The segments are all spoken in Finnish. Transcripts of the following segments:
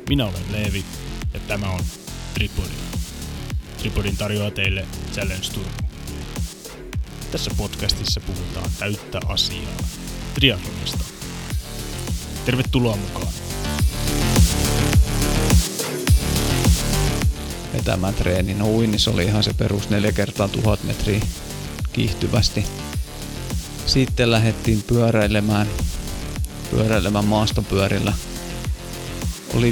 Minä olen Leevi ja tämä on Tripodi. Tripodin tarjoaa teille Challenge Turku. Tässä podcastissa puhutaan täyttä asiaa triathlonista. Tervetuloa mukaan! Vetämätreeni. No uinnissa oli ihan se perus 4 kertaa 1000 metriä kiihtyvästi. Sitten lähdettiin pyöräilemään maastopyörillä. Oli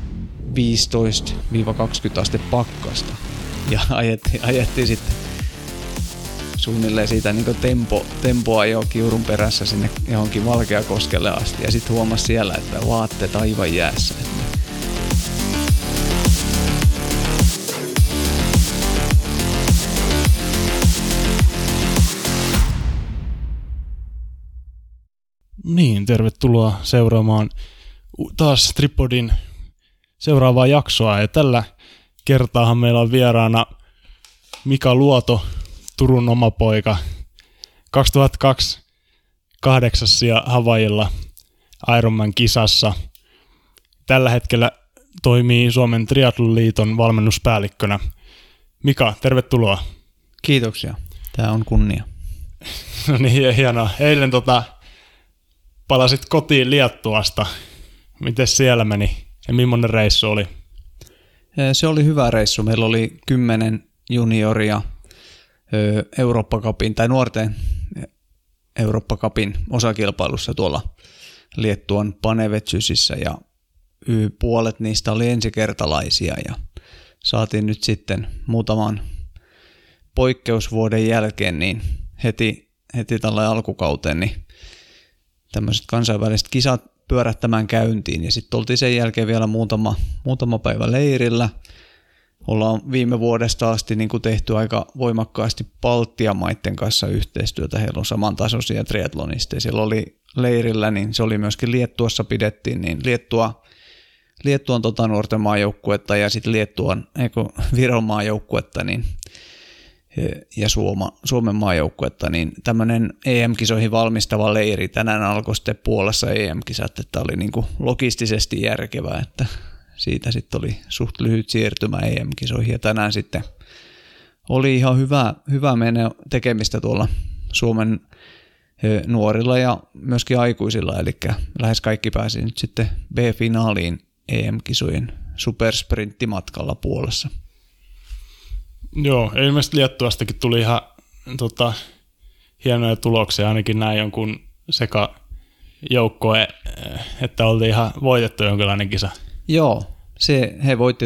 15-20 aste pakkasta ja ajettiin sitten suunnilleen siitä niin tempoa jo Kiurun perässä sinne johonkin Valkeakoskelle asti ja sitten huomasi siellä, että vaatteet aivan jäässä. Niin, tervetuloa seuraamaan taas Tripodin seuraavaa jaksoa. Ja tällä kertaahan meillä on vieraana Mika Luoto, Turun oma poika, 2002 8. Havaijilla Ironman-kisassa. Tällä hetkellä toimii Suomen Triathlon-liiton valmennuspäällikkönä. Mika, tervetuloa. Kiitoksia. Tämä on kunnia. No niin, hienoa. Eilen palasit kotiin Liettuasta. Miten siellä meni ja millainen reissu oli? Se oli hyvä reissu. Meillä oli 10 junioria Eurooppa-cupin tai nuorten Eurooppa-cupin osakilpailussa tuolla Liettuan Panevečiusissä ja puolet niistä oli ensikertalaisia ja saatiin nyt sitten muutaman poikkeusvuoden jälkeen niin heti tällä alkukauteen niin tämmöiset kansainväliset kisat pyörättämään käyntiin ja sitten oltiin sen jälkeen vielä muutama päivä leirillä. Ollaan viime vuodesta asti niin kuin tehty aika voimakkaasti Baltian maiden kanssa yhteistyötä. Heillä on samantasoisia triathlonisteja. Siellä oli leirillä, niin se oli myöskin Liettuassa pidettiin, niin Liettuan nuorten maajoukkuetta ja sitten Viron maajoukkuetta niin, ja Suomen maajoukkuetta, niin tämmöinen EM-kisoihin valmistava leiri tänään alkoi sitten Puolassa EM-kisat, että oli niin kuin logistisesti järkevää, että siitä sitten oli suht lyhyt siirtymä EM-kisoihin ja tänään sitten oli ihan hyvä mennä tekemistä tuolla Suomen nuorilla ja myöskin aikuisilla, eli lähes kaikki pääsi nyt sitten B-finaaliin EM-kisojen supersprinttimatkalla Puolassa. Joo, ilmeisesti Liettuastakin tuli ihan hienoja tuloksia, ainakin näin jonkun sekajoukkue, että oltiin ihan voitettu jonkinlainen kisa. Joo, he voitti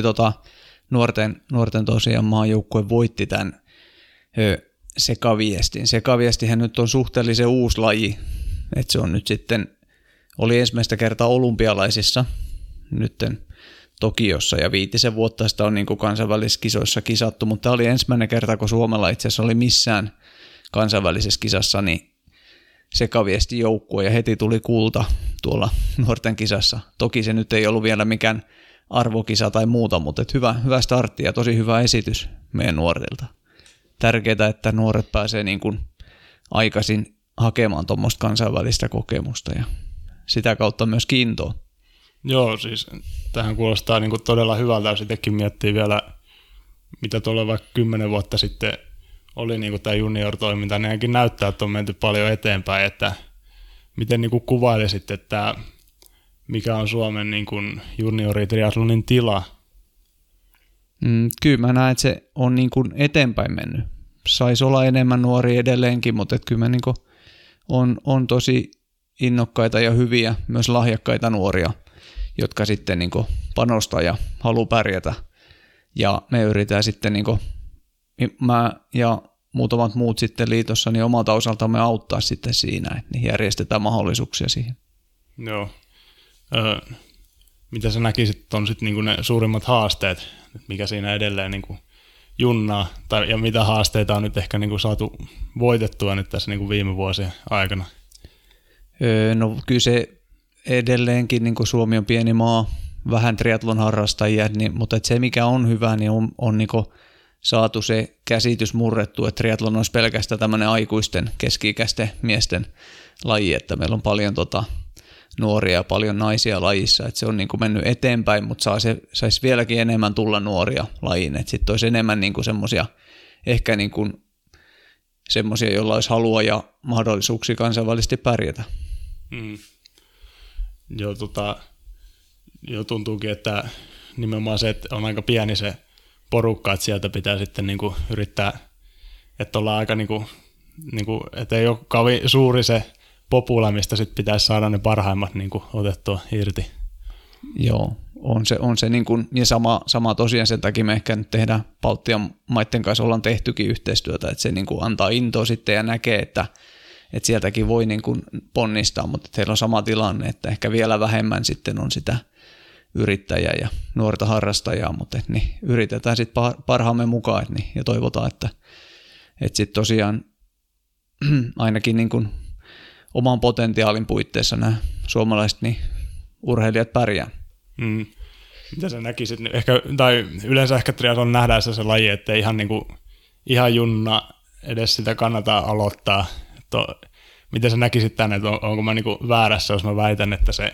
nuorten tosiaan maajoukkue voitti tämän sekaviestin. Sekaviestihän nyt on suhteellisen uusi laji, että se on nyt sitten, oli ensimmäistä kertaa olympialaisissa nytten Tokiossa ja 5 vuotta sitä on niin kuin kansainvälisissä kisoissa kisattu, mutta tämä oli ensimmäinen kerta, kun Suomella itse asiassa oli missään kansainvälisessä kisassa niin sekaviesti joukkue ja heti tuli kulta tuolla nuorten kisassa. Toki se nyt ei ollut vielä mikään arvokisa tai muuta, mutta hyvä startti ja tosi hyvä esitys meidän nuorilta. Tärkeää, että nuoret pääsee niin kuin aikaisin hakemaan tuommoista kansainvälistä kokemusta ja sitä kautta myös kiintoa. Joo, siis tähän kuulostaa niin kuin todella hyvältä, jos itsekin miettii vielä, mitä tuolla vaikka 10 vuotta sitten oli niin kuin tämä junior-toiminta, niin ainakin näyttää, että on menty paljon eteenpäin, että miten niin kuin kuvailisit, että mikä on Suomen niin kuin junioritriathlonin tila? Kyllä mä näen, että se on niin kuin eteenpäin mennyt. Saisi olla enemmän nuoria edelleenkin, mutta että kyllä niin kuin on tosi innokkaita ja hyviä, myös lahjakkaita nuoria, jotka sitten niin kuin panostaa ja haluaa pärjätä. Ja me yritetään sitten, niin kuin, mä ja muutamat muut sitten liitossa, niin omalta osaltamme auttaa sitten siinä, että niin järjestetään mahdollisuuksia siihen. Joo. Mitä sä näkisit on sitten niin ne suurimmat haasteet, mikä siinä edelleen niin kuin junnaa, ja mitä haasteita on nyt ehkä niin kuin saatu voitettua nyt tässä niin kuin viime vuosien aikana? No kyllä se edelleenkin, niin kuin Suomi on pieni maa, vähän triathlon harrastajia, niin, mutta se mikä on hyvä, niin on niin kuin saatu se käsitys murrettu, että triathlon olisi pelkästään tämmöinen aikuisten keski-ikäisten miesten laji, että meillä on paljon nuoria ja paljon naisia lajissa, että se on niin kuin mennyt eteenpäin, mutta saisi vieläkin enemmän tulla nuoria lajiin, että sitten olisi enemmän niin kuin semmoisia, ehkä niin kuin semmoisia, joilla olisi halua ja mahdollisuuksia kansainvälisesti pärjätä. Joo, tuntuukin, että nimenomaan se, että on aika pieni se porukka, että sieltä pitää sitten niinku yrittää, että ollaan aika niinku, että ei ole kovin suuri se popula, mistä sitten pitäisi saada ne parhaimmat niinku otettua irti. Joo, on se niin kuin, ja sama tosiaan sen takia me ehkä nyt tehdään Baltian maiden kanssa, ollaan tehtykin yhteistyötä, että se niin kuin antaa intoa sitten ja näkee, että sieltäkin voi niin kuin ponnistaa, mutta heillä on sama tilanne, että ehkä vielä vähemmän sitten on sitä yrittäjää ja nuorta harrastajaa, mutta niin yritetään sitten parhaamme mukaan ja toivotaan, että sitten tosiaan ainakin niin kuin oman potentiaalin puitteissa nämä suomalaiset niin urheilijat pärjää. Mitä sä näkisit, tai yleensä ehkä triathlon nähdään se laji, että ihan junnuna edes sitä kannattaa aloittaa. Miten sä näkisit tänne, että onko mä väärässä, jos mä väitän, että se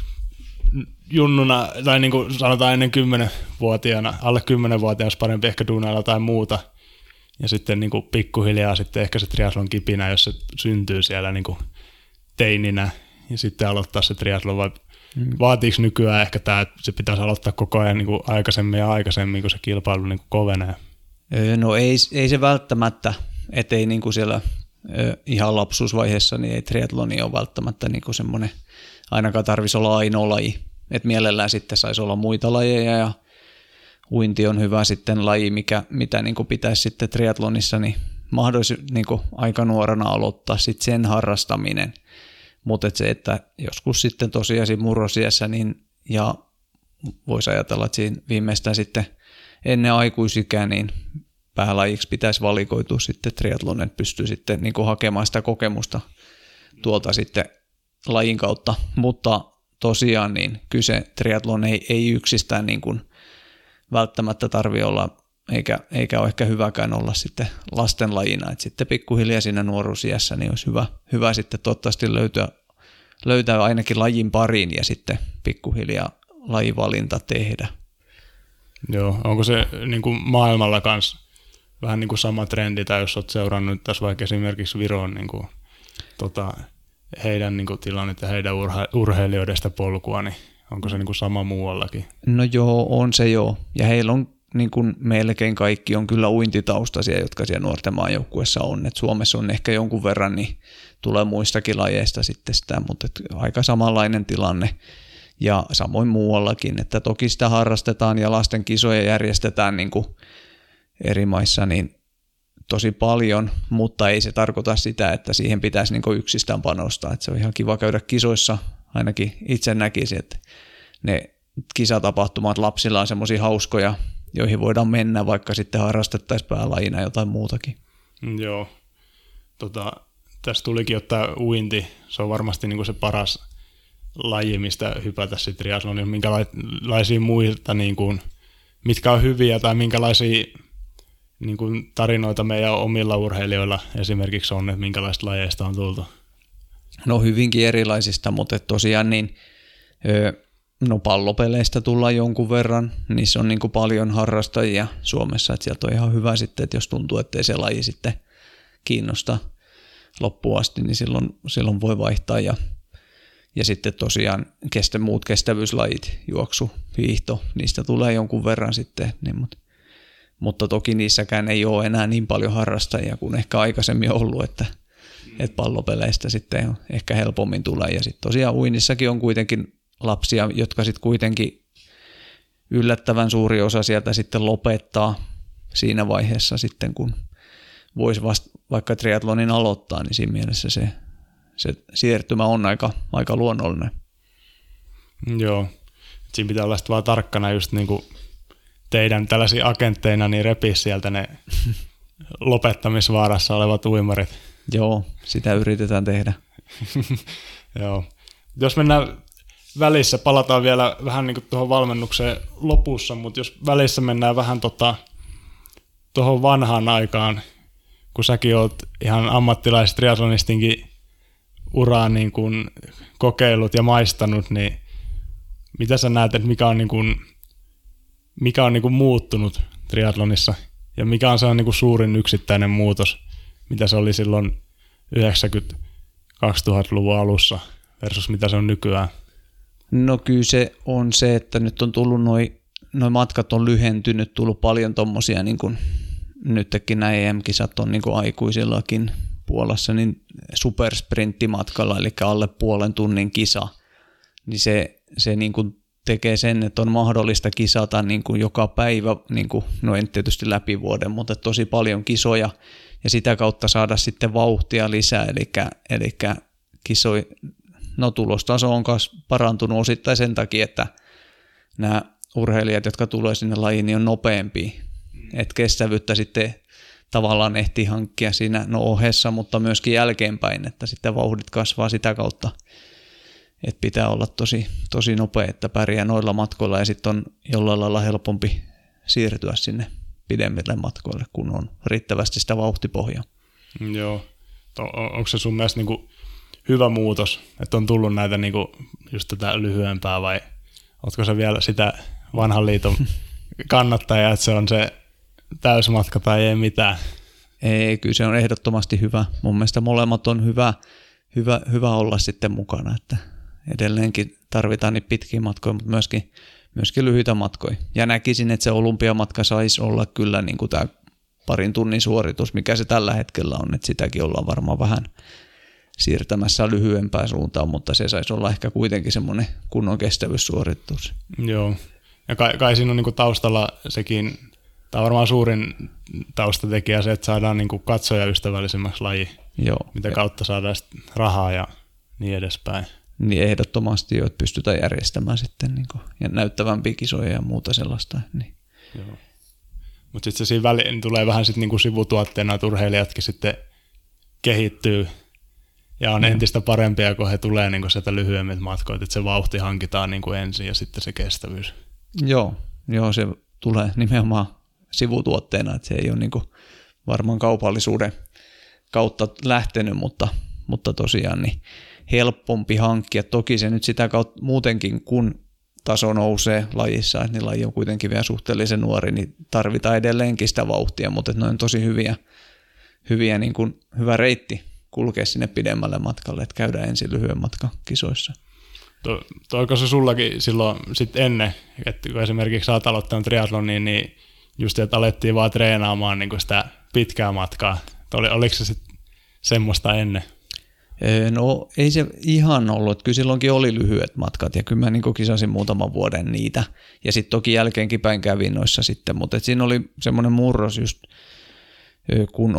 junnuna, tai niin kuin sanotaan ennen 10-vuotiaana, alle 10-vuotiaana olisi parempi ehkä duunailla tai muuta, ja sitten niin kuin pikkuhiljaa sitten ehkä se triathlon kipinä, jos se syntyy siellä niin kuin teininä, ja sitten aloittaa se triathlon, vai vaatiiko nykyään ehkä tämä, että se pitäisi aloittaa koko ajan niin kuin aikaisemmin, kun se kilpailu niin kuin kovenee? No ei se välttämättä, ettei niin kuin siellä ihan lapsuusvaiheessa, niin ei triathloni ole välttämättä niin kuin semmoinen, ainakaan tarvitsisi olla ainoa laji. Et mielellään sitten saisi olla muita lajeja ja uinti on hyvä sitten laji, mitä niin kuin pitäisi sitten triathlonissa niin mahdollisesti niin kuin aika nuorena aloittaa sitten sen harrastaminen. Mutta se, että joskus sitten tosiaan siinä murrosiässä, niin, ja voisi ajatella, että siinä viimeistään sitten ennen aikuisikää, niin päälajiksi pitäisi valikoitua sitten triathlon, että pystyy sitten niin kuin hakemaan sitä kokemusta tuolta sitten lajin kautta. Mutta tosiaan niin kyse triathlon ei yksistään niin kuin välttämättä tarvitse olla, eikä ole ehkä hyväkään olla sitten lasten lajina. Että sitten pikkuhiljaa siinä nuoruusiässä niin olisi hyvä sitten toivottavasti löytää ainakin lajin pariin ja sitten pikkuhiljaa lajivalinta tehdä. Joo, onko se niin kuin maailmalla kanssa vähän niin kuin sama trendi, tai jos olet seurannut tässä vaikka esimerkiksi Viron niin kuin, heidän niin kuin tilannetta ja heidän urheilijoidesta polkua, niin onko se niin kuin sama muuallakin? No joo, on se joo. Ja heillä on niin kuin melkein kaikki on kyllä uintitaustaisia, jotka siellä nuorten maajoukkueessa on. Et Suomessa on ehkä jonkun verran, niin tulee muistakin lajeista sitten sitä, mutta aika samanlainen tilanne. Ja samoin muuallakin, että toki sitä harrastetaan ja lasten kisoja järjestetään niin kuin eri maissa niin tosi paljon, mutta ei se tarkoita sitä, että siihen pitäisi niin kuin yksistään panostaa. Että se on ihan kiva käydä kisoissa, ainakin itse näkisin, että ne kisatapahtumat lapsilla on semmoisia hauskoja, joihin voidaan mennä, vaikka sitten harrastettaisiin päälajina jotain muutakin. Joo. Tässä tulikin ottaa uinti, se on varmasti niin kuin se paras laji, mistä hypätä sitten triathlonin. Minkälaisia muita, niin kuin, mitkä on hyviä tai minkälaisia niin kuin tarinoita meidän omilla urheilijoilla esimerkiksi on, että minkälaista lajeista on tultu? No hyvinkin erilaisista, mutta tosiaan niin, pallopeleistä tullaan jonkun verran. Niissä on niin kuin paljon harrastajia Suomessa, että sieltä on ihan hyvä sitten, että jos tuntuu, ettei se laji sitten kiinnosta loppuun asti, niin silloin voi vaihtaa. Ja sitten tosiaan muut kestävyyslajit, juoksu, hiihto, niistä tulee jonkun verran sitten. Niin, mutta toki niissäkään ei ole enää niin paljon harrastajia kuin ehkä aikaisemmin ollut, että pallopeleistä sitten ehkä helpommin tulee. Ja sitten tosiaan uinnissakin on kuitenkin lapsia, jotka sitten kuitenkin yllättävän suuri osa sieltä sitten lopettaa siinä vaiheessa sitten, kun voisi vaikka triathlonin aloittaa, niin siinä mielessä se siirtymä on aika luonnollinen. Joo, siinä pitää olla vaan tarkkana just niin kuin teidän tällaisia agentteina, niin repii sieltä ne lopettamisvaarassa olevat uimarit. Joo, sitä yritetään tehdä. Joo. Jos mennään välissä, palataan vielä vähän niin kuin tuohon valmennukseen lopussa, mutta jos välissä mennään vähän tuohon vanhaan aikaan, kun säkin oot ihan ammattilaistriathlonistinkin uraan niin kuin kokeillut ja maistanut, niin mitä sä näet, että mikä on niin kuin muuttunut triathlonissa ja mikä on se niin kuin suurin yksittäinen muutos, mitä se oli silloin 90-2000-luvun alussa versus mitä se on nykyään? No kyllä se on se, että nyt on tullut noi matkat on lyhentynyt, tullut paljon tommosia, niin kuin nytkin nämä EM-kisat on niin kuin aikuisillakin Puolassa, niin supersprinttimatkalla, eli alle puolen tunnin kisa, niin se niin kuin tekee sen, että on mahdollista kisata niin kuin joka päivä, niin kuin, no en tietysti läpi vuoden, mutta tosi paljon kisoja, ja sitä kautta saada sitten vauhtia lisää, eli tulostaso on myös parantunut osittain sen takia, että nämä urheilijat, jotka tulee sinne lajiin, niin on nopeampia, että kestävyyttä sitten tavallaan ehtii hankkia siinä ohessa, mutta myöskin jälkeenpäin, että sitten vauhdit kasvaa sitä kautta, että pitää olla tosi nopea, että pärjää noilla matkoilla ja sitten on jollain lailla helpompi siirtyä sinne pidemmille matkoille, kun on riittävästi sitä vauhtipohjaa. Joo. Onko se sun mielestä niinku hyvä muutos, että on tullut näitä niinku just tätä lyhyempää vai ootko sä vielä sitä vanhan liiton kannattaja, että se on se täysmatka tai ei mitään? Ei, kyllä se on ehdottomasti hyvä. Mun mielestä molemmat on hyvä olla sitten mukana, että edelleenkin tarvitaan niin pitkiä matkoja, mutta myöskin lyhyitä matkoja. Ja näkisin, että se olympiamatka saisi olla kyllä niin kuin tämä parin tunnin suoritus, mikä se tällä hetkellä on, että sitäkin ollaan varmaan vähän siirtämässä lyhyempään suuntaan, mutta se saisi olla ehkä kuitenkin semmoinen kunnon kestävyyssuoritus. Joo, ja kai siinä on niin kuin taustalla sekin, tämä on varmaan suurin taustatekijä se, että saadaan niin kuin katsojaystävällisemmäksi laji, Joo. mitä kautta saadaan rahaa ja niin edespäin. Niin ehdottomasti jo, että pystytään järjestämään sitten niin kuin, ja näyttävämpiä kisoja ja muuta sellaista. Niin. Joo. Mutta sitten se siinä väliin tulee vähän sitten niinku sivutuotteena, että urheilijatkin sitten kehittyy ja on entistä parempia, kun he tulee niinku sieltä lyhyemmät matkoit, että se vauhti hankitaan niinku ensin ja sitten se kestävyys. Joo, se tulee nimenomaan sivutuotteena, että se ei ole niinku varmaan kaupallisuuden kautta lähtenyt, mutta tosiaan niin helpompi hankkia. Toki se nyt sitä kautta muutenkin, kun taso nousee lajissa, että niin laji on kuitenkin vielä suhteellisen nuori, niin tarvitaan edelleenkin sitä vauhtia, mutta ne on tosi hyviä niin kuin, hyvä reitti kulkea sinne pidemmälle matkalle, että käydään ensin lyhyen matkan kisoissa. Toiko se sullakin silloin sitten ennen, että kun esimerkiksi sä oot aloittanut triathlonin, niin just että alettiin vaan treenaamaan niin kuin sitä pitkää matkaa. Oliko se sitten semmoista ennen? No ei se ihan ollut, kyllä silloinkin oli lyhyet matkat ja kyllä mä niin kisasin muutaman vuoden niitä ja sitten toki jälkeenkin päin kävin noissa sitten, mutta siinä oli semmoinen murros just kun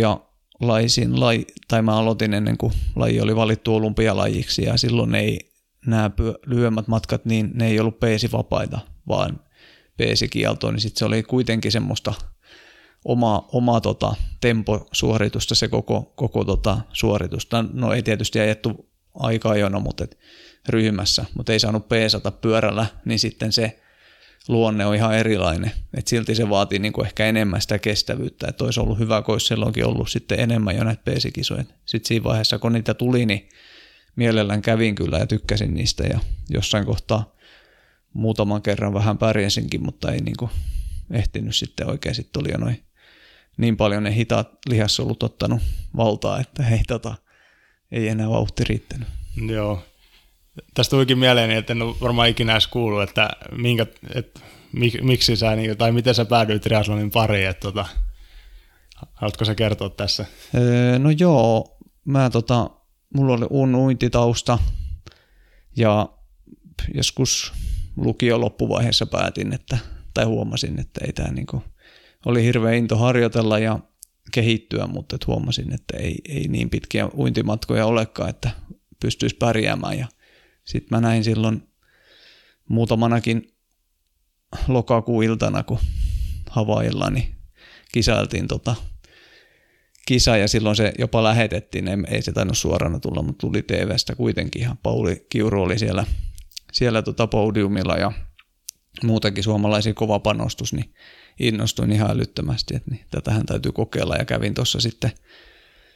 tai mä aloitin ennen kuin laji oli valittu olympialajiksi ja silloin ei nämä lyhyemmät matkat, niin ne ei ollut peesivapaita, vaan peesikieltoa, niin sitten se oli kuitenkin semmoista oma temposuoritusta, se koko suoritusta. No ei tietysti ajettu aika-ajona, mutta ryhmässä, mutta ei saanut peesata pyörällä, niin sitten se luonne on ihan erilainen. Et silti se vaatii niinku ehkä enemmän sitä kestävyyttä, että olisi ollut hyvä, kun olisi silloinkin ollut sitten enemmän jo näitä peesikisoja. Sitten siinä vaiheessa, kun niitä tuli, niin mielellään kävin kyllä ja tykkäsin niistä ja jossain kohtaa muutaman kerran vähän pärjäsinkin, mutta ei niinku ehtinyt sitten oikein. Sitten oli jo niin paljon ne hitaat lihassolut ottanut valtaa, että ei enää vauhti riittänyt. Joo. Tästä tulikin mieleeni, että en ole varmaan ikinä edes kuullut, että miksi sä, tai miten sä päädyit triathlonin pariin. Haluatko sä kertoa tässä? No joo, mulla oli uintitausta ja joskus lukion loppuvaiheessa huomasin, että ei tämä niinku, oli hirveä into harjoitella ja kehittyä, mutta huomasin, että ei niin pitkiä uintimatkoja olekaan, että pystyisi pärjäämään. Ja sitten mä näin silloin muutamanakin lokakuun iltana, kun Havaijilla niin kisailtiin kisa ja silloin se jopa lähetettiin, ei se tainnut suorana tulla, mutta tuli TV:stä kuitenkin ihan. Pauli Kiuru oli siellä podiumilla ja muutenkin suomalaisia kova panostus, niin innostuin ihan älyttömästi, että niin, tätähän täytyy kokeilla ja kävin tuossa sitten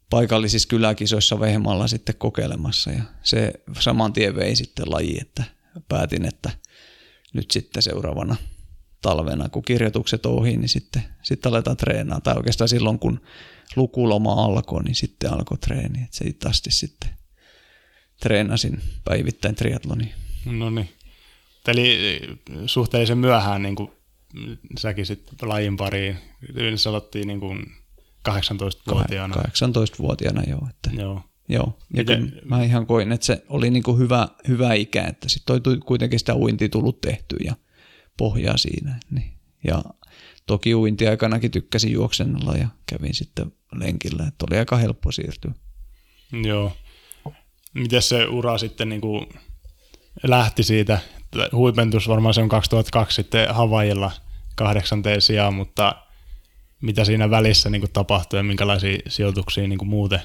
paikallisissa kyläkisoissa Vehmaalla sitten kokeilemassa ja se saman tien vei sitten laji, että päätin, että nyt sitten seuraavana talvena, kun kirjoitukset on ohi, niin sitten aletaan treenaa. Tai oikeastaan silloin, kun lukuloma alkoi, niin sitten alkoi treeni. Et siitä asti sitten treenasin päivittäin triathlonia. No niin. Eli suhteellisen myöhään niin kuin säkin sitten lajin pariin. Yleensä aloittiin niin kuin 18-vuotiaana. 18-vuotiaana, joo. Että Joo. Joo, ja mä ihan koin, että se oli niin kuin hyvä ikä, että sitten oli kuitenkin sitä uintia tullut tehty ja pohjaa siinä. Niin. Ja toki uintiaikanakin tykkäsin juoksennella ja kävin sitten lenkillä, että oli aika helppo siirtyä. Joo. Miten se ura sitten niin kuin lähti siitä? Huipentus varmaan se on 2002 sitten Havaijilla 8. sijaan, mutta mitä siinä välissä niin kuin tapahtui ja minkälaisia sijoituksia niin kuin muuten?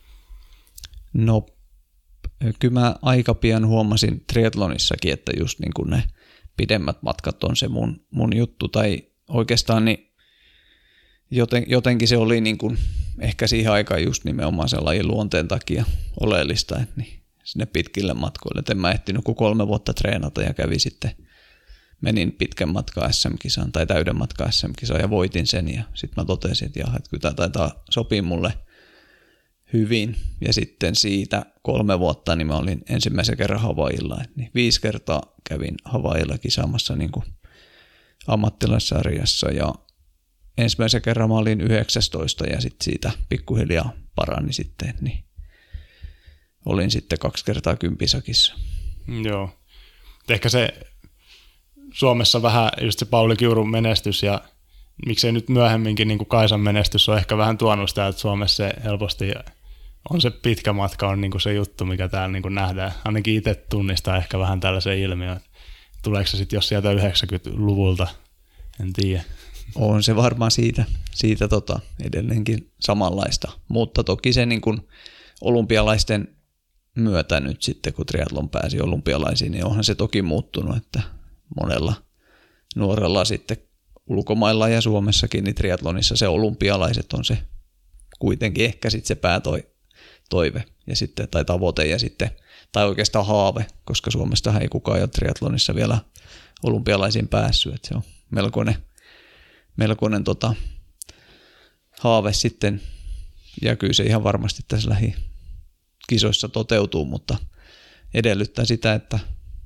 No, kyllä mä aika pian huomasin triathlonissakin, että just niin kuin ne pidemmät matkat on se mun juttu, tai oikeastaan niin jotenkin se oli niin kuin ehkä siihen aikaan just nimenomaan sen lajin luonteen takia oleellista, että niin sinne pitkille matkoille, että en mä ehtinyt kuin 3 vuotta treenata ja menin pitkän matkan SM-kisaan tai täyden matkan SM-kisaan ja voitin sen ja sitten mä totesin, että kyllä tämä taitaa sopii mulle hyvin ja sitten siitä 3 vuotta niin mä olin ensimmäisen kerran Havaijilla, niin 5 kertaa kävin Havaijilla kisaamassa niin kuin ammattilaissarjassa ja ensimmäisen kerran mä olin 19 ja sitten siitä pikkuhiljaa parani sitten, niin olin sitten 2 kertaa kympisakissa. Joo. Ehkä se Suomessa vähän just se Pauli Kiurun menestys ja miksei nyt myöhemminkin niin kuin Kaisan menestys on ehkä vähän tuonut sitä, että Suomessa se helposti on se pitkä matka on niin kuin se juttu, mikä täällä niin kuin nähdään. Ainakin itse tunnistaa ehkä vähän tällaisen ilmiön. Tuleeko se sitten jos sieltä 90-luvulta, en tiedä. On se varmaan siitä edelleenkin samanlaista, mutta toki se niin kuin olympialaisten myötä nyt sitten, kun triathlon pääsi olympialaisiin, niin onhan se toki muuttunut, että monella nuorella sitten ulkomailla ja Suomessakin, niin triathlonissa se olympialaiset on se kuitenkin ehkä sitten se päätoive ja sitten, tai tavoite ja sitten, tai oikeastaan haave, koska Suomestahan ei kukaan ole triathlonissa vielä olympialaisiin päässyt, että se on melkoinen haave sitten, ja kyllä se ihan varmasti tässä lähikisoissa toteutuu, mutta edellyttää sitä, että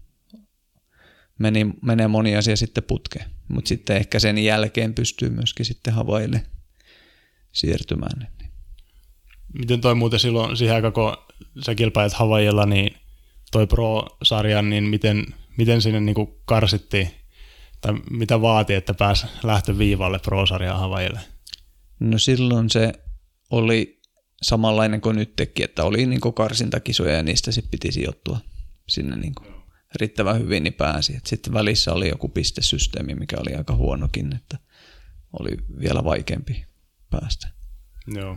menee moni asia sitten putkeen, mutta sitten ehkä sen jälkeen pystyy myöskin sitten Havaijille siirtymään. Miten toi muuten silloin siihen aikaan, kun sä kilpailet Havaijilla, niin toi Pro-sarjan, niin miten sinne niin kuin karsittiin, tai mitä vaati, että pääsi lähtöviivalle Pro-sarjaan Havaijille? No silloin se oli samanlainen kuin nytkin, että oli niin kuin karsintakisoja ja niistä sitten piti sijoittua sinne niin kuin riittävän hyvin, niin pääsi. Et sitten välissä oli joku pistesysteemi, mikä oli aika huonokin, että oli vielä vaikeampi päästä. Joo.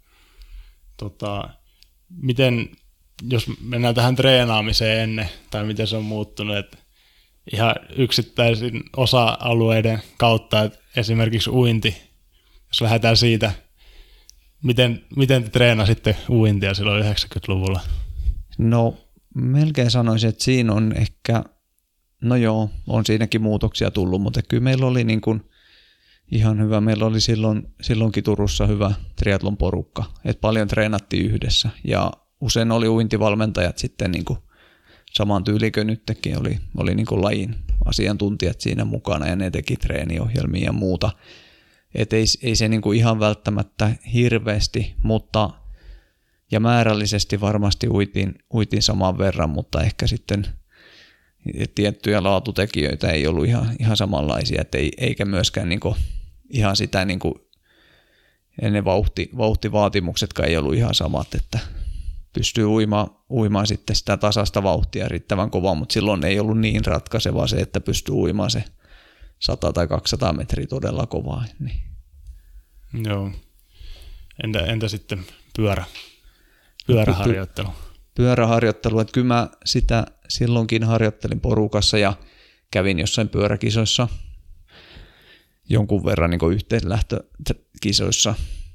Miten, jos mennään tähän treenaamiseen ennen, tai miten se on muuttunut, että ihan yksittäisin osa-alueiden kautta, että esimerkiksi uinti, jos lähdetään siitä, miten te treenasitte uintia silloin 90-luvulla? No melkein sanoisin, että siinä on ehkä, no joo, on siinäkin muutoksia tullut, mutta kyllä meillä oli niin kuin ihan hyvä. Meillä oli silloinkin Turussa hyvä triathlon porukka, että paljon treenattiin yhdessä ja usein oli uintivalmentajat sitten niin kuin saman tyylikö nytkin oli niin kuin lajin asiantuntijat siinä mukana ja ne teki treeniohjelmia ja muuta. Et ei se niin kuin ihan välttämättä hirveästi, mutta ja määrällisesti varmasti uitiin saman verran, mutta ehkä sitten tiettyjä laatutekijöitä ei ollut ihan samanlaisia, et eikä myöskään niinku ihan sitä niinku, ne vauhtivaatimuksetkaan ei ollut ihan samat, että pystyy uimaan sitten sitä tasasta vauhtia riittävän kovaa, mutta silloin ei ollut niin ratkaisevaa se, että pystyy uimaan se 100 tai 200 metriä todella kovaa. Niin. Joo. Entä sitten pyöräharjoittelu? Pyöräharjoittelu, että kyllä mä sitä silloinkin harjoittelin porukassa ja kävin jossain pyöräkisoissa jonkun verran niin kuin yhteislähtökisoissa.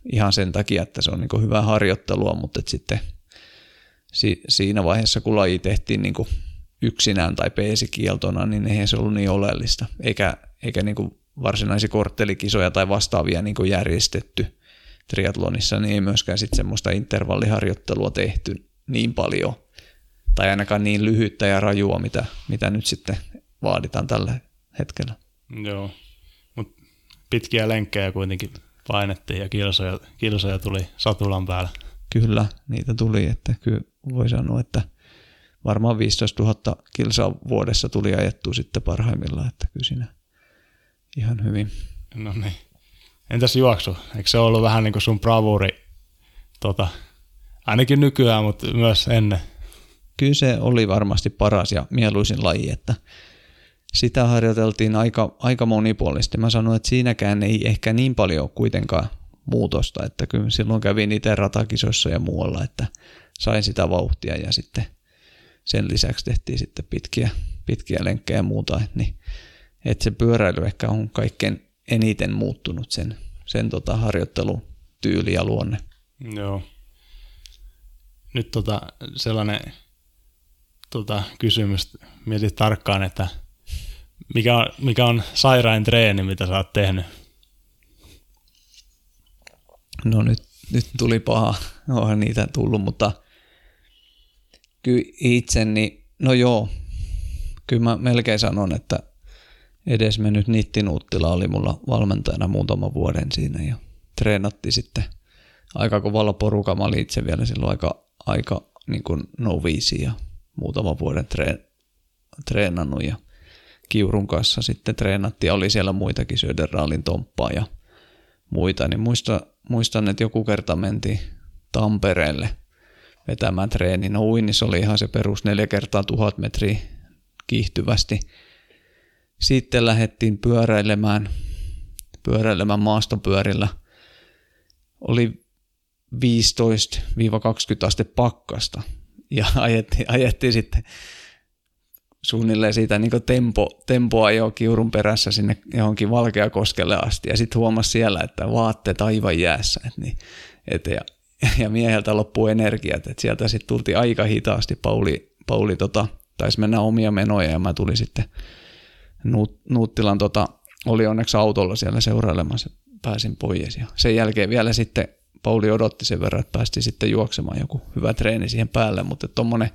ihan sen takia, että se on niin kuin hyvää harjoittelua, mutta sitten siinä vaiheessa, kun laji tehtiin niin kuin yksinään tai peesikieltona, niin eihän se ollut niin oleellista, eikä niin kuin varsinaisia korttelikisoja tai vastaavia niin kuin järjestetty triathlonissa, niin ei myöskään sitten semmoista intervalliharjoittelua tehty niin paljon, tai ainakaan niin lyhyttä ja rajua, mitä nyt sitten vaaditaan tällä hetkellä. Joo, mutta pitkiä lenkkejä kuitenkin painettiin ja kilsoja tuli satulan päällä. Kyllä, niitä tuli, että kyllä voi sanoa, että varmaan 15 000 kilsaa vuodessa tuli ajettua sitten parhaimmillaan, että kyllä siinä ihan hyvin. No niin. Entäs juoksu? Eikö se ollut vähän niin kuin sun bravuri, ainakin nykyään, mutta myös ennen? Kyllä se oli varmasti paras ja mieluisin laji, että sitä harjoiteltiin aika monipuolisesti. Mä sanoin, että siinäkään ei ehkä niin paljon ole kuitenkaan muutosta, että kyllä silloin kävin itse ratakisoissa ja muualla, että sain sitä vauhtia ja sitten sen lisäksi tehtiin sitten pitkiä lenkkejä ja muuta, että se pyöräily ehkä on kaikkein eniten muuttunut sen harjoittelutyyli ja luonne. Joo. Nyt sellainen kysymys, mietit tarkkaan, että mikä on sairain treeni, mitä sä oot tehnyt? No nyt tuli paha, onhan niitä tullut, mutta kyllä itseni, no joo, kyllä mä melkein sanon, että edesmennyt Nitti Nuuttila oli mulla valmentajana muutaman vuoden siinä ja treenatti sitten aika kovalla porukalla. Mä olin itse vielä silloin aika niin kuin noviisi ja muutaman vuoden treenannut ja Kiurun kanssa sitten treenattiin. Oli siellä muitakin, Söderaalin Tomppaa ja muita, niin muistan, että joku kerta mentiin Tampereelle vetämään treeni. No uinnissa oli ihan se perus 4 kertaa 1000 metriä kiihtyvästi. Sitten lähdettiin pyöräilemään maastopyörillä. Oli 15-20 astetta pakkasta ja ajettiin sitten suunnilleen siitä niin tempoa jo Kiurun perässä sinne johonkin Valkeakoskelle asti ja sitten huomasi siellä, että vaatteet aivan jäässä. Ja mieheltä loppuu energiat, että sieltä sitten tultiin aika hitaasti. Pauli taisi mennä omia menoja ja mä tulin sitten Nuuttilan oli onneksi autolla siellä seurailemassa, pääsin pois ja sen jälkeen vielä sitten Pauli odotti sen verran, että päästiin sitten juoksemaan joku hyvä treeni siihen päälle, mutta tommonen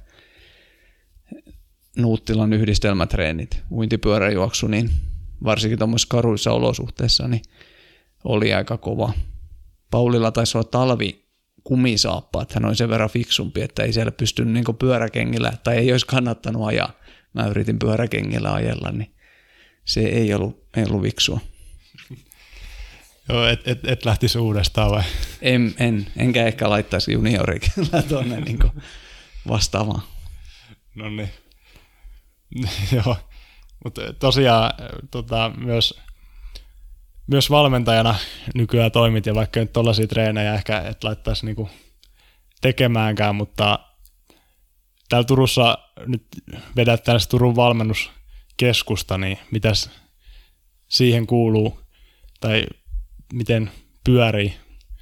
Nuuttilan yhdistelmätreenit, uintipyöräjuoksu, niin varsinkin tuommoisissa karuissa olosuhteissa niin oli aika kova. Paulilla taisi olla talvikumisaappaat, hän oli sen verran fiksumpi, että ei siellä pystynyt niin pyöräkengillä, tai ei olisi kannattanut ajaa. Mä yritin pyöräkengillä ajella, niin se ei ollut fiksua. Joo, et lähtisi uudestaan vai? Enkä ehkä laittaisi juniorikellä tuonne niin vastaavaan. No niin. Joo, mutta tosiaan myös valmentajana nykyään toimit ja vaikka nyt tollaisia treenejä ehkä et laittaisi niinku tekemäänkään, mutta täällä Turussa nyt vedät tällaista Turun valmennuskeskusta, niin mitäs siihen kuuluu tai miten pyörii?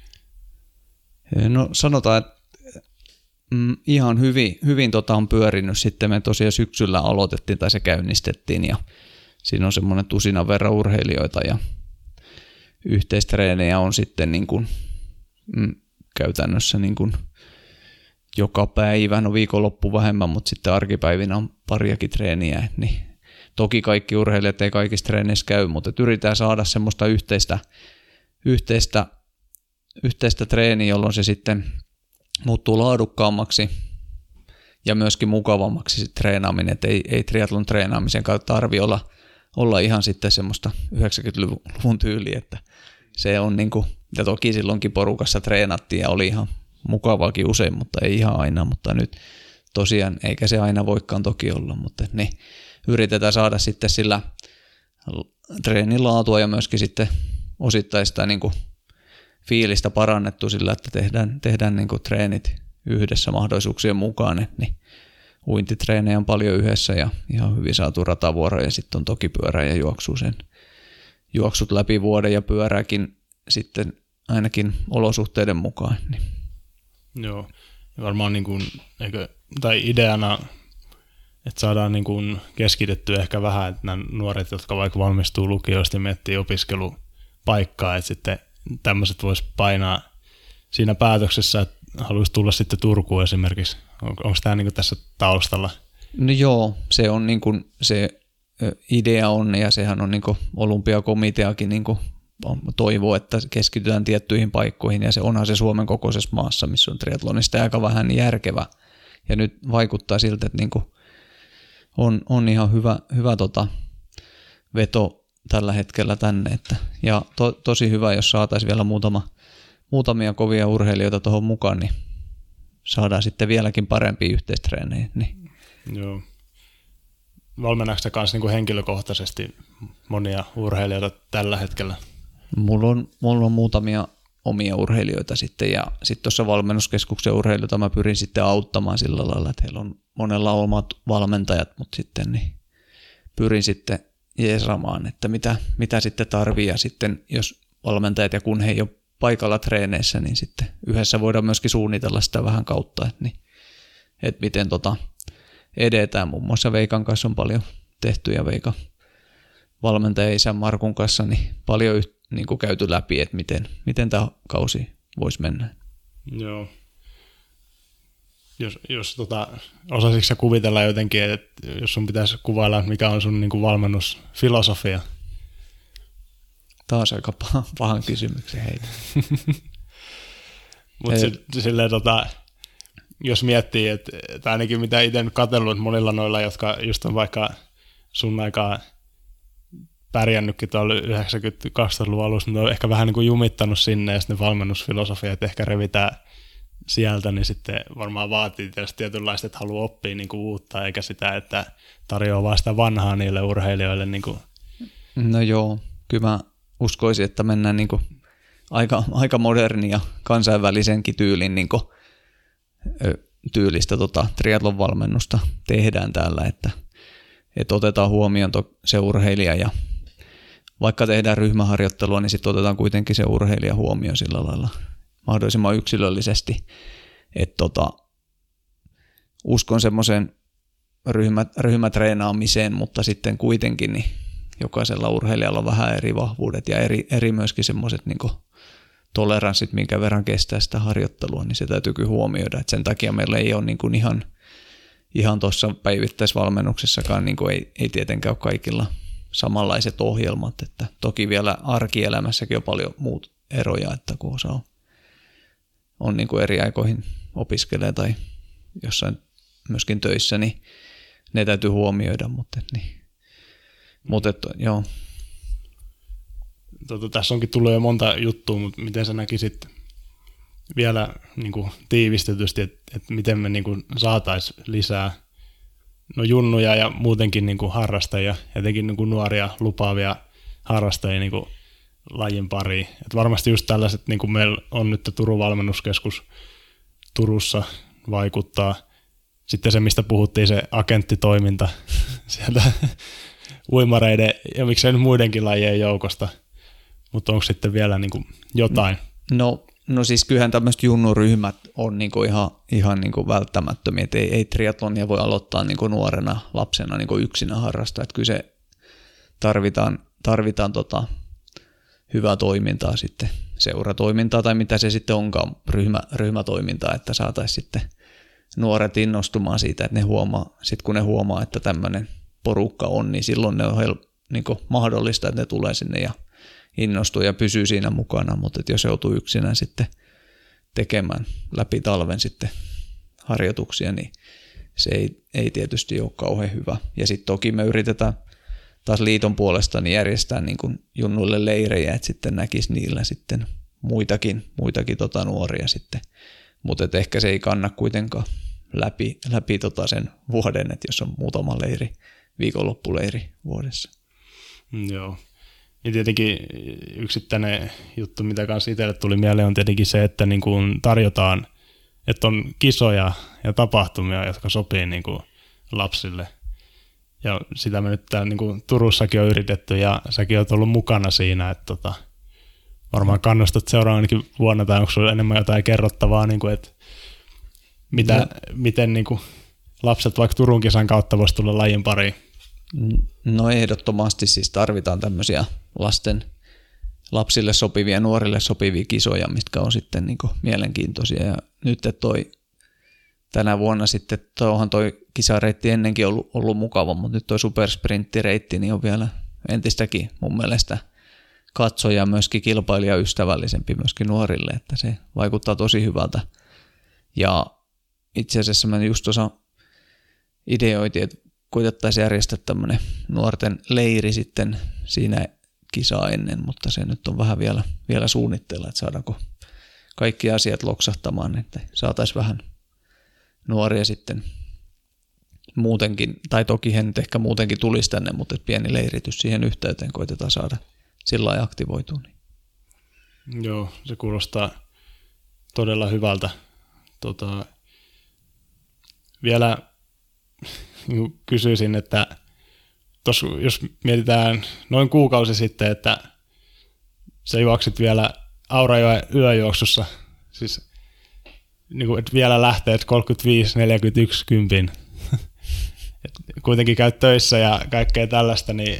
No sanotaan, että ihan hyvin on pyörinyt. Sitten me tosiaan syksyllä aloitettiin tai se käynnistettiin ja siinä on semmoinen 10 verran urheilijoita ja yhteistreenejä on sitten niin kuin, käytännössä niin kuin joka päivä, no viikonloppu vähemmän, mutta sitten arkipäivinä on pariakin treeniä. Niin toki kaikki urheilijat ei kaikissa treeneissä käy, mutta yritetään saada semmoista yhteistä treeniä, jolloin se sitten muuttuu laadukkaammaksi ja myöskin mukavammaksi se treenaaminen, että ei triathlon treenaamisen kautta tarvitse olla ihan sitten semmoista 90-luvun tyyliä, että se on niinku, ja toki silloinkin porukassa treenattiin ja oli ihan mukavaakin usein, mutta ei ihan aina, mutta nyt tosiaan, eikä se aina voikaan toki olla, mutta niin yritetään saada sitten sillä treenin laatua ja myöskin sitten osittain sitä niinku fiilistä parannettu sillä, että tehdään niinku treenit yhdessä mahdollisuuksien mukaan, niin uintitreenejä on paljon yhdessä ja ihan hyvin saatu ratavuoroja ja sitten on toki pyörä ja juoksut läpi vuoden ja pyörääkin sitten ainakin olosuhteiden mukaan. Niin. Joo, ja varmaan niin kuin, tai ideana, että saadaan niin kuin keskitettyä ehkä vähän, että nämä nuoret, jotka vaikka valmistuu lukioista ja miettii opiskelupaikkaa, että sitten tämmöiset vois painaa siinä päätöksessä, että haluaisi tulla sitten Turkuun esimerkiksi. Onko tämä niin kuin tässä taustalla? No joo, se on niin kuin se idea on, ja sehän on niin kuin olympiakomiteakin niin kuin toivoo, että keskitytään tiettyihin paikkoihin, ja se onhan se Suomen kokoisessa maassa, missä on triathlonista aika vähän järkevä. Ja nyt vaikuttaa siltä, että niin kuin on ihan hyvä veto tällä hetkellä tänne. Ja tosi hyvä, jos saataisiin vielä muutamia kovia urheilijoita tuohon mukaan, niin saadaan sitten vieläkin parempia yhteistreenejä. Niin. Joo. Valmennaatko sä kanssa niin kuin henkilökohtaisesti monia urheilijoita tällä hetkellä? Mulla on muutamia omia urheilijoita sitten, ja sitten tuossa valmennuskeskuksen urheilijoita mä pyrin sitten auttamaan sillä lailla, että heillä on monella omat valmentajat, mutta sitten niin pyrin sitten jeesamaan, että mitä sitten tarvii, ja sitten jos valmentajat ja kun he ei ole paikalla treeneissä, niin sitten yhdessä voidaan myöskin suunnitella sitä vähän kautta, että miten edetään. Muun muassa Veikan kanssa on paljon tehty, ja Veika valmentaja isän Markun kanssa niin paljon niin kuin käyty läpi, että miten tämä kausi voisi mennä. Joo. Jos osaisitko sä kuvitella jotenkin, että jos sun pitäisi kuvailla, mikä on sun niin kuin valmennusfilosofia? Taas aika pahan kysymyksen heitä. Mutta silleen jos miettii, että ainakin mitä itse nyt katsellut monilla noilla, jotka just on vaikka sun aikaa pärjännytkin tuolla 90-2000-luvun alussa, mutta on ehkä vähän niin kuin jumittanut sinne, ja sitten valmennusfilosofia, että ehkä revitään sieltä, niin sitten varmaan vaatii tietynlaista, että haluaa oppia niin kuin uutta, eikä sitä, että tarjoaa vaan sitä vanhaa niille urheilijoille. Niin kuin. No joo, kyllä mä uskoisin, että mennään niin kuin aika modernia kansainvälisenkin tyylin niin kuin tyylistä triathlon valmennusta tehdään täällä, että otetaan huomioon se urheilija, ja vaikka tehdään ryhmäharjoittelua, niin sitten otetaan kuitenkin se urheilija huomioon sillä lailla mahdollisimman yksilöllisesti, että uskon semmoiseen ryhmätreenaamiseen, mutta sitten kuitenkin niin jokaisella urheilijalla on vähän eri vahvuudet ja eri myöskin semmoiset niin toleranssit, minkä verran kestää sitä harjoittelua, niin se täytyy kyllä huomioida, että sen takia meillä ei ole niin kuin ihan tuossa päivittäisvalmennuksessakaan niin kuin ei tietenkään ole kaikilla samanlaiset ohjelmat, että toki vielä arkielämässäkin on paljon muut eroja, että kun osa on niin kuin eri aikoihin opiskelee tai jossain myöskin töissä, niin ne täytyy huomioida, mutta joo. Tässä onkin tullut jo monta juttua, mutta miten sä näkisit vielä niin kuin tiivistetysti, että miten me niin kuin saataisiin lisää junnuja ja muutenkin niin kuin harrastajia, etenkin niin kuin nuoria lupaavia harrastajia niin kuin lajin pariin. Et varmasti just tällaiset, niin kuin meillä on nyt Turun valmennuskeskus Turussa vaikuttaa. Sitten se, mistä puhuttiin, se agenttitoiminta sieltä uimareiden ja miksei nyt muidenkin lajien joukosta. Mutta onko sitten vielä niin kuin jotain? No siis kyllähän tämmöiset junnuryhmät on niinku ihan niinku välttämättömiä, että ei triathlonia voi aloittaa niinku nuorena lapsena niinku yksinä harrastaa, että kyllä se tarvitaan hyvää toimintaa sitten, seuratoimintaa tai mitä se sitten onkaan, ryhmätoimintaa, että saataisiin sitten nuoret innostumaan siitä, että kun ne huomaa, että tämmöinen porukka on, niin silloin ne on niinku mahdollista, että ne tulee sinne ja innostuu ja pysyy siinä mukana, mutta jos joutuu yksinään sitten tekemään läpi talven sitten harjoituksia, niin se ei tietysti ole kauhean hyvä. Ja sitten toki me yritetään taas liiton puolesta niin järjestää niin kuin junnuille leirejä, että sitten näkisi niillä sitten muitakin nuoria sitten, mutta ehkä se ei kanna kuitenkaan läpi sen vuoden, että jos on muutama leiri, viikonloppuleiri vuodessa. Joo. Ja tietenkin yksittäinen juttu, mitä kanssa itselle tuli mieleen, on tietenkin se, että niin kuin tarjotaan, että on kisoja ja tapahtumia, jotka sopii niin kuin lapsille. Ja sitä me nyt täällä niin kuin Turussakin on yritetty, ja säkin olet ollut mukana siinä, että varmaan kannustat seuraavanakin vuonna, tai onko sinulla enemmän jotain kerrottavaa, niin kuin, että miten niin kuin lapset vaikka Turun kisan kautta voisi tulla lajin pariin? No ehdottomasti siis tarvitaan tämmöisiä lapsille sopivia, nuorille sopivia kisoja, mitkä on sitten niin kuin mielenkiintoisia. Ja nyt tänä vuonna sitten toi kisareitti ennenkin ollut mukava, mutta nyt toi supersprinttireitti niin on vielä entistäkin mun mielestä katsoja myöskin kilpailijaystävällisempi myöskin nuorille, että se vaikuttaa tosi hyvältä. Ja itse asiassa mä just tuossa ideoitiin, että koitettaisiin järjestää tämmöinen nuorten leiri sitten siinä kisaa ennen, mutta se nyt on vähän vielä suunnitteilla, että saadaanko kaikki asiat loksahtamaan, että saataisiin vähän nuoria sitten muutenkin, tai toki he nyt ehkä muutenkin tulisi tänne, mutta pieni leiritys siihen yhteyteen koitetaan saada sillä lailla aktivoitua. Joo, se kuulostaa todella hyvältä. Vielä kysyisin, että jos mietitään noin kuukausi sitten, että sä juoksit vielä Aurajoen yöjuoksussa, siis niin kuin, että vielä lähtee 35, 41, 10. Kuitenkin käyt töissä ja kaikkea tällaista, niin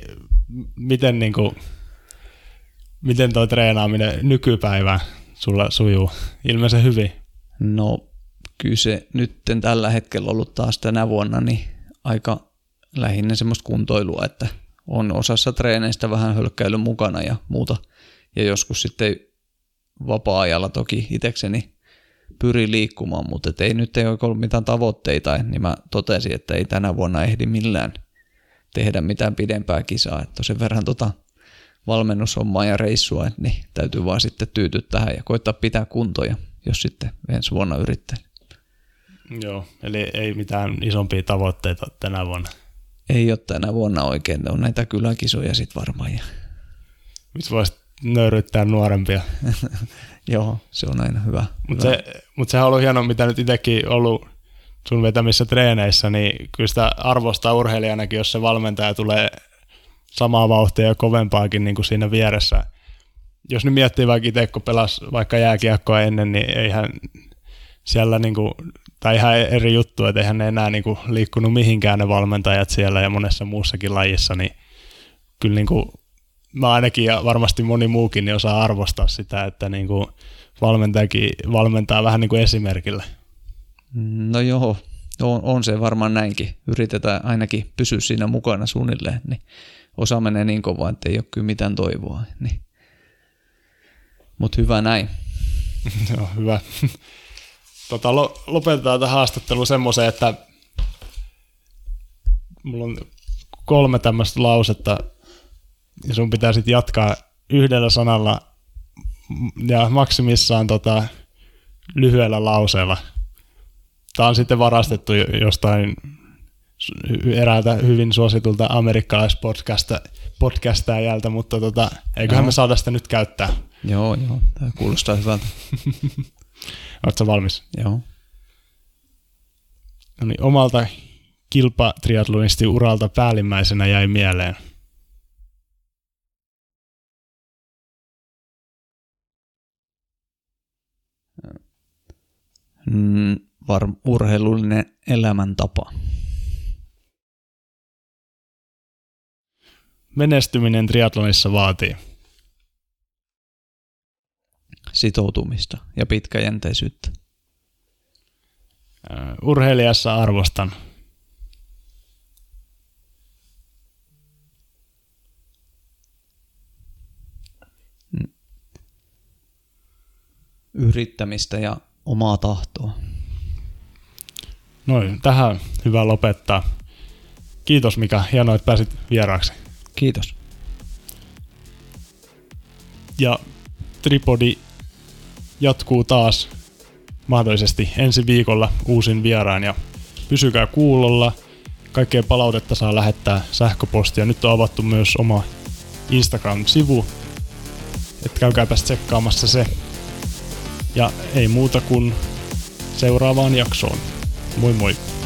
miten toi treenaaminen nykypäivään sulla sujuu? Ilmeisen hyvin. No kyllä se nyt tällä hetkellä ollut taas tänä vuonna niin aika lähinnä semmoista kuntoilua, että on osassa treeneistä vähän hölkkäilyn mukana ja muuta. Ja joskus sitten vapaa-ajalla toki itsekseni pyri liikkumaan, mutta ei ole mitään tavoitteita, niin mä totesin, että ei tänä vuonna ehdi millään tehdä mitään pidempää kisaa. Että sen verran valmennushommaa ja reissua, niin täytyy vaan sitten tyytyä tähän ja koittaa pitää kuntoja, jos sitten ensi vuonna yrittää. Joo, eli ei mitään isompia tavoitteita tänä vuonna. Ei ole tänä vuonna oikein, ne on näitä kyläkisoja sitten varmaan. Missä voisit nöyryyttää nuorempia. Joo, se on aina hyvä. Mutta sehän on ollut hienoa, mitä nyt itsekin ollut sun vetämissä treeneissä, niin kyllä sitä arvostaa urheilijanakin, jos se valmentaja tulee samaa vauhtia ja kovempaakin niin kuin siinä vieressä. Jos nyt miettii vaikka itse, kun pelasi vaikka jääkiekkoa ennen, niin eihän siellä, niin kuin, tai ihan eri juttu, että eihän ne enää niin kuin liikkunut mihinkään ne valmentajat siellä ja monessa muussakin lajissa, niin kyllä niin kuin mä ainakin ja varmasti moni muukin niin osaa arvostaa sitä, että niin kuin valmentajakin valmentaa vähän niin kuin esimerkillä. No joo, on se varmaan näinkin. Yritetään ainakin pysyä siinä mukana suunnilleen, niin osa menee niin kovaa, että ei ole kyllä mitään toivoa. Niin. Mutta hyvä näin. Joo, hyvä. Lopetetaan tämä haastattelu semmoiseen, että mulla on 3 tämmöistä lausetta, ja sun pitää sitten jatkaa yhdellä sanalla ja maksimissaan lyhyellä lauseella. Tämä on sitten varastettu jostain eräältä hyvin suositulta amerikkalaispodcastajalta, mutta eiköhän me saada sitä nyt käyttää. Joo, tämä kuulostaa hyvältä. Oletko valmis? Joo. No niin, omalta kilpatriatlonisti uralta päällimmäisenä jäi mieleen. Urheilullinen elämäntapa. Menestyminen triatlonissa vaatii sitoutumista ja pitkäjänteisyyttä. Urheilijassa arvostan yrittämistä ja omaa tahtoa. Noin, tähän hyvä lopettaa. Kiitos Mika, hienoa, että pääsit vieraaksi. Kiitos. Ja Tripodi jatkuu taas mahdollisesti ensi viikolla uusin vieraan ja pysykää kuulolla. Kaikkea palautetta saa lähettää sähköpostia. Nyt on avattu myös oma Instagram-sivu, että käykääpäs tsekkaamassa se. Ja ei muuta kuin seuraavaan jaksoon. Moi moi!